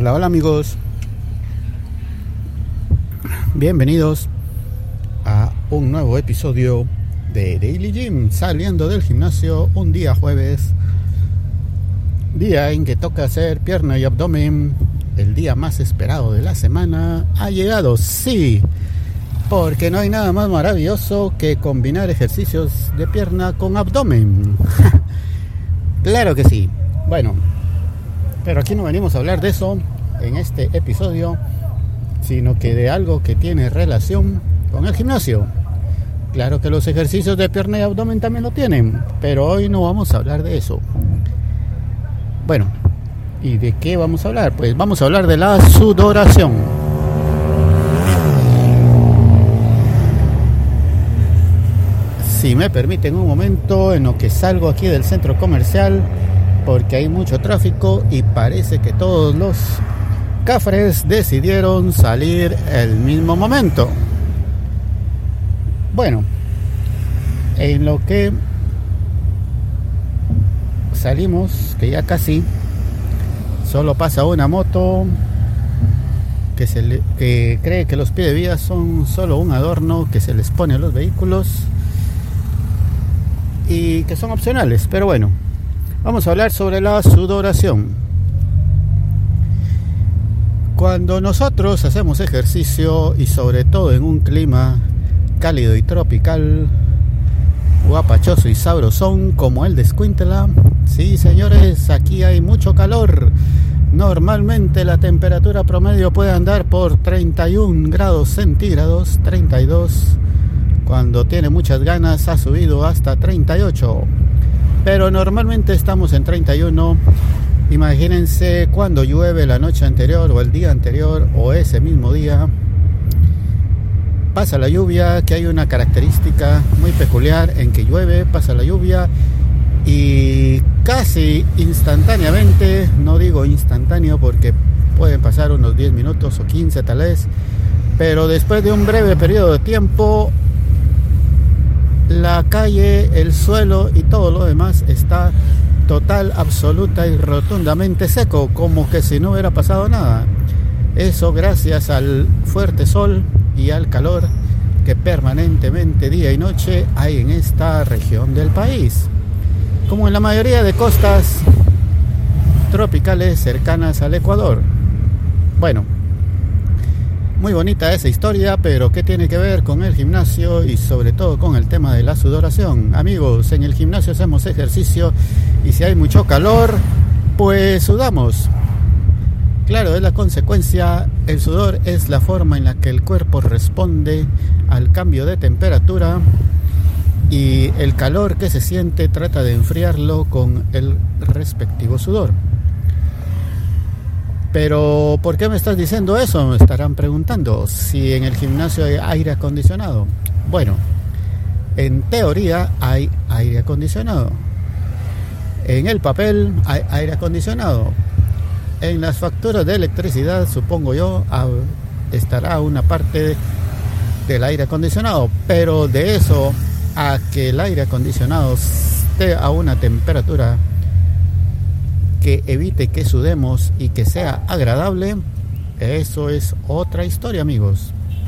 Hola, hola amigos. Bienvenidos a un nuevo episodio de Daily Gym, saliendo del gimnasio un día jueves, día en que toca hacer pierna y abdomen. El día más esperado de la semana ha llegado, sí, porque no hay nada más maravilloso que combinar ejercicios de pierna con abdomen. Claro que sí. Bueno, pero aquí no venimos a hablar de eso en este episodio, sino que de algo que tiene relación con el gimnasio. Claro que los ejercicios de pierna y abdomen también lo tienen, pero hoy no vamos a hablar de eso. Bueno, ¿y de qué vamos a hablar? Pues vamos a hablar de la sudoración. Si me permiten un momento en lo que salgo aquí del centro comercial, porque hay mucho tráfico y parece que todos los cafres decidieron salir el mismo momento. Bueno, en lo que salimos, que ya casi, solo pasa una moto que cree que los pie-de-vía son solo un adorno que se les pone a los vehículos y que son opcionales, pero bueno, vamos a hablar sobre la sudoración. Cuando nosotros hacemos ejercicio y sobre todo en un clima cálido y tropical, guapachoso y sabrosón como el de Escuintla, sí señores, aquí hay mucho calor. Normalmente la temperatura promedio puede andar por 31 grados centígrados, 32. Cuando tiene muchas ganas ha subido hasta 38. Pero normalmente estamos en 31. Imagínense cuando llueve la noche anterior o el día anterior o ese mismo día. Pasa la lluvia, que hay una característica muy peculiar en que llueve, pasa la lluvia y casi instantáneamente, no digo instantáneo porque pueden pasar unos 10 minutos o 15 tal vez, pero después de un breve periodo de tiempo, la calle, el suelo y todo lo demás está total, absoluta y rotundamente seco, como que si no hubiera pasado nada. Eso gracias al fuerte sol y al calor que permanentemente día y noche hay en esta región del país, como en la mayoría de costas tropicales cercanas al Ecuador. Bueno, muy bonita esa historia, pero ¿qué tiene que ver con el gimnasio y sobre todo con el tema de la sudoración? Amigos, en el gimnasio hacemos ejercicio y si hay mucho calor, pues sudamos. Claro, es la consecuencia. El sudor es la forma en la que el cuerpo responde al cambio de temperatura y el calor que se siente trata de enfriarlo con el respectivo sudor. Pero, ¿por qué me estás diciendo eso? Me estarán preguntando. Si en el gimnasio hay aire acondicionado. Bueno, en teoría hay aire acondicionado. En el papel hay aire acondicionado. En las facturas de electricidad, supongo yo, estará una parte del aire acondicionado. Pero de eso a que el aire acondicionado esté a una temperatura que evite que sudemos y que sea agradable, eso es otra historia, amigos.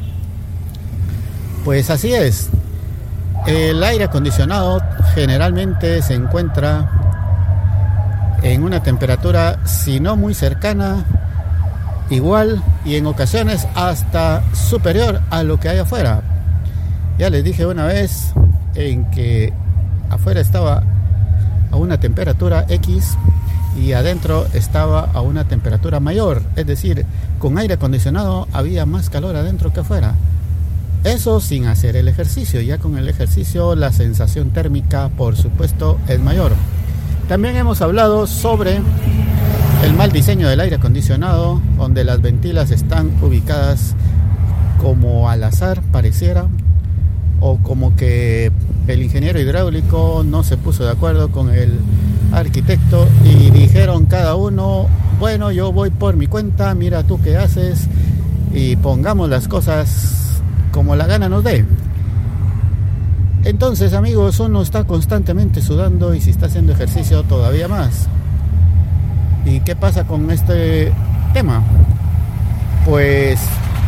Pues así es. El aire acondicionado generalmente se encuentra en una temperatura, si no muy cercana, igual y en ocasiones hasta superior a lo que hay afuera. Ya les dije una vez en que afuera estaba a una temperatura X y adentro estaba a una temperatura mayor, es decir, con aire acondicionado había más calor adentro que afuera. Eso sin hacer el ejercicio. Ya con el ejercicio la sensación térmica, por supuesto, es mayor. También hemos hablado sobre el mal diseño del aire acondicionado, donde las ventilas están ubicadas como al azar, pareciera, o como que el ingeniero hidráulico no se puso de acuerdo con el arquitecto y dijeron cada uno, bueno, yo voy por mi cuenta, mira tú qué haces y pongamos las cosas como la gana nos dé. Entonces, amigos, uno está constantemente sudando y si está haciendo ejercicio todavía más. ¿Y qué pasa con este tema, pues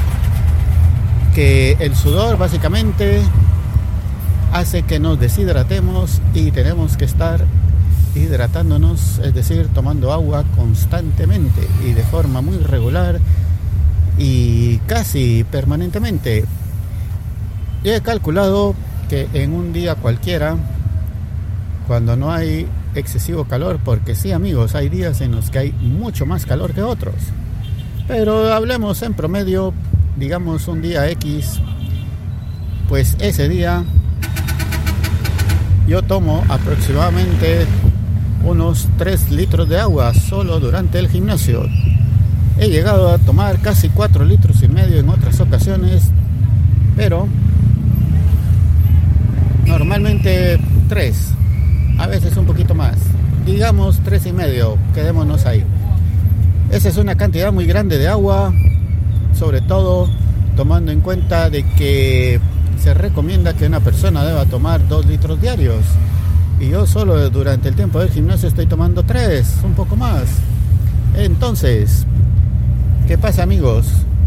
que el sudor básicamente hace que nos deshidratemos y tenemos que estar hidratándonos, es decir, tomando agua constantemente y de forma muy regular y casi permanentemente. Yo he calculado que en un día cualquiera, cuando no hay excesivo calor, porque sí, amigos, hay días en los que hay mucho más calor que otros, pero hablemos en promedio, digamos un día X, pues ese día yo tomo aproximadamente unos 3 litros de agua solo durante el gimnasio. He llegado a tomar casi 4 litros y medio en otras ocasiones, pero normalmente 3, a veces un poquito más, digamos 3 y medio, quedémonos ahí. Esa es una cantidad muy grande de agua, sobre todo tomando en cuenta de que se recomienda que una persona deba tomar 2 litros diarios. Y yo solo durante el tiempo del gimnasio estoy tomando 3, un poco más. Entonces, ¿qué pasa, amigos?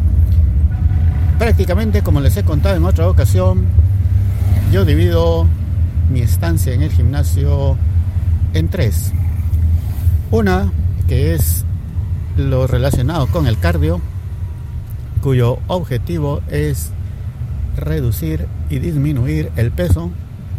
Prácticamente, como les he contado en otra ocasión, yo divido mi estancia en el gimnasio en 3. Una, que es lo relacionado con el cardio, cuyo objetivo es reducir y disminuir el peso,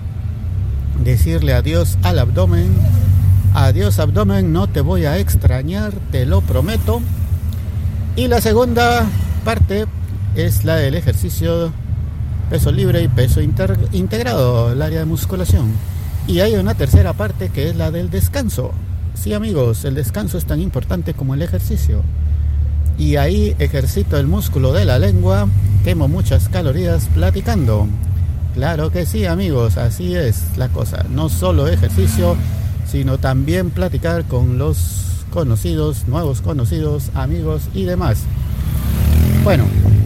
decirle adiós al abdomen. Adiós abdomen, no te voy a extrañar, te lo prometo. Y la segunda parte es la del ejercicio peso libre y peso integrado, el área de musculación. Y hay una tercera parte que es la del descanso. Sí, amigos, el descanso es tan importante como el ejercicio. Y ahí ejercito el músculo de la lengua, quemo muchas calorías platicando. Claro que sí, amigos, así es la cosa. No solo ejercicio, sino también platicar con los conocidos, nuevos conocidos, amigos y demás. Bueno,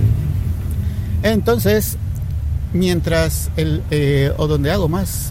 entonces, mientras o donde hago más,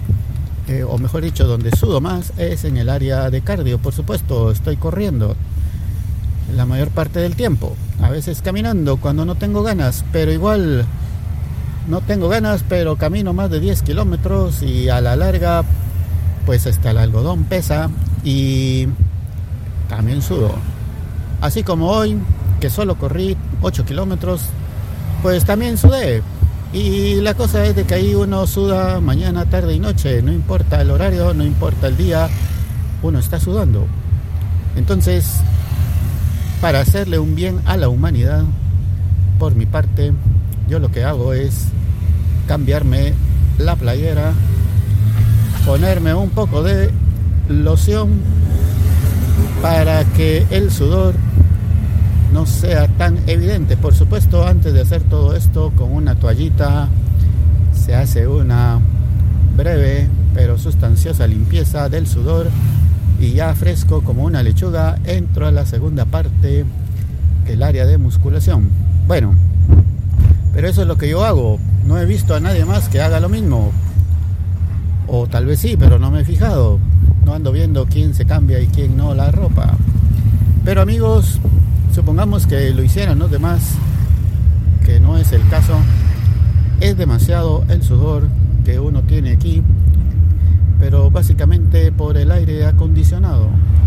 o mejor dicho, donde sudo más, es en el área de cardio. Por supuesto, estoy corriendo la mayor parte del tiempo, a veces caminando cuando no tengo ganas, pero igual no tengo ganas, pero camino más de 10 kilómetros y a la larga pues hasta el algodón pesa y también sudo. Así como hoy, que solo corrí 8 kilómetros, pues también sudé. Y la cosa es de que ahí uno suda mañana, tarde y noche, no importa el horario, no importa el día, uno está sudando. Entonces, para hacerle un bien a la humanidad, por mi parte, yo lo que hago es cambiarme la playera, ponerme un poco de loción para que el sudor no sea tan evidente. Por supuesto, antes de hacer todo esto, con una toallita se hace una breve pero sustanciosa limpieza del sudor y ya fresco como una lechuga entro a la segunda parte, el área de musculación. Bueno, pero eso es lo que yo hago. No he visto a nadie más que haga lo mismo, o tal vez sí, pero no me he fijado. No ando viendo quién se cambia y quién no la ropa. Pero amigos, supongamos que lo hicieran los demás, que no es el caso. Es demasiado el sudor que uno tiene aquí, pero básicamente por el aire acondicionado,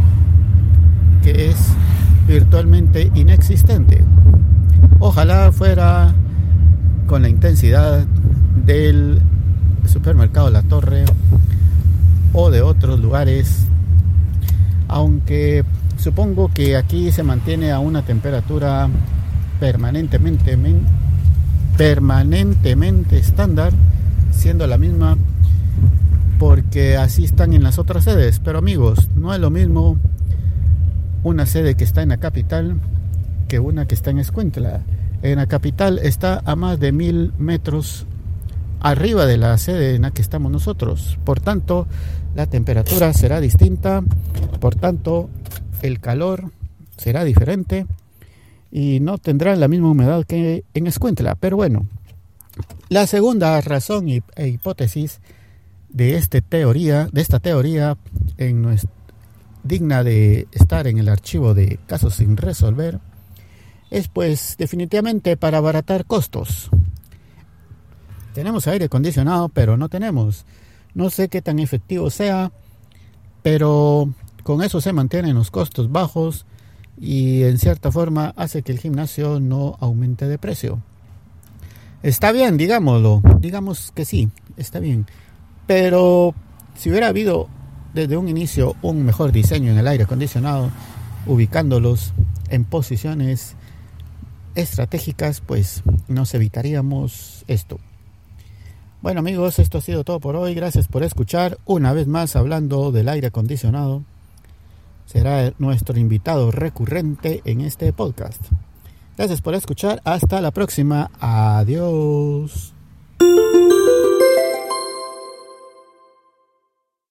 que es virtualmente inexistente. Ojalá fuera con la intensidad del supermercado La Torre o de otros lugares, aunque supongo que aquí se mantiene a una temperatura permanentemente estándar, siendo la misma, porque así están en las otras sedes. Pero amigos, no es lo mismo una sede que está en la capital que una que está en Escuintla. En la capital está a más de 1000 metros arriba de la sede en la que estamos nosotros. Por tanto, la temperatura será distinta, por tanto, el calor será diferente y no tendrá la misma humedad que en Escuintla. Pero bueno, la segunda razón e hipótesis de esta teoría digna de estar en el archivo de casos sin resolver es pues definitivamente para abaratar costos. Tenemos aire acondicionado, pero no tenemos. No sé qué tan efectivo sea, pero con eso se mantienen los costos bajos y en cierta forma hace que el gimnasio no aumente de precio. Está bien, digámoslo, digamos que sí, está bien. Pero si hubiera habido desde un inicio un mejor diseño en el aire acondicionado, ubicándolos en posiciones estratégicas, pues nos evitaríamos esto. Bueno amigos, esto ha sido todo por hoy. Gracias por escuchar. Una vez más hablando del aire acondicionado. Será nuestro invitado recurrente en este podcast. Gracias por escuchar. Hasta la próxima. Adiós.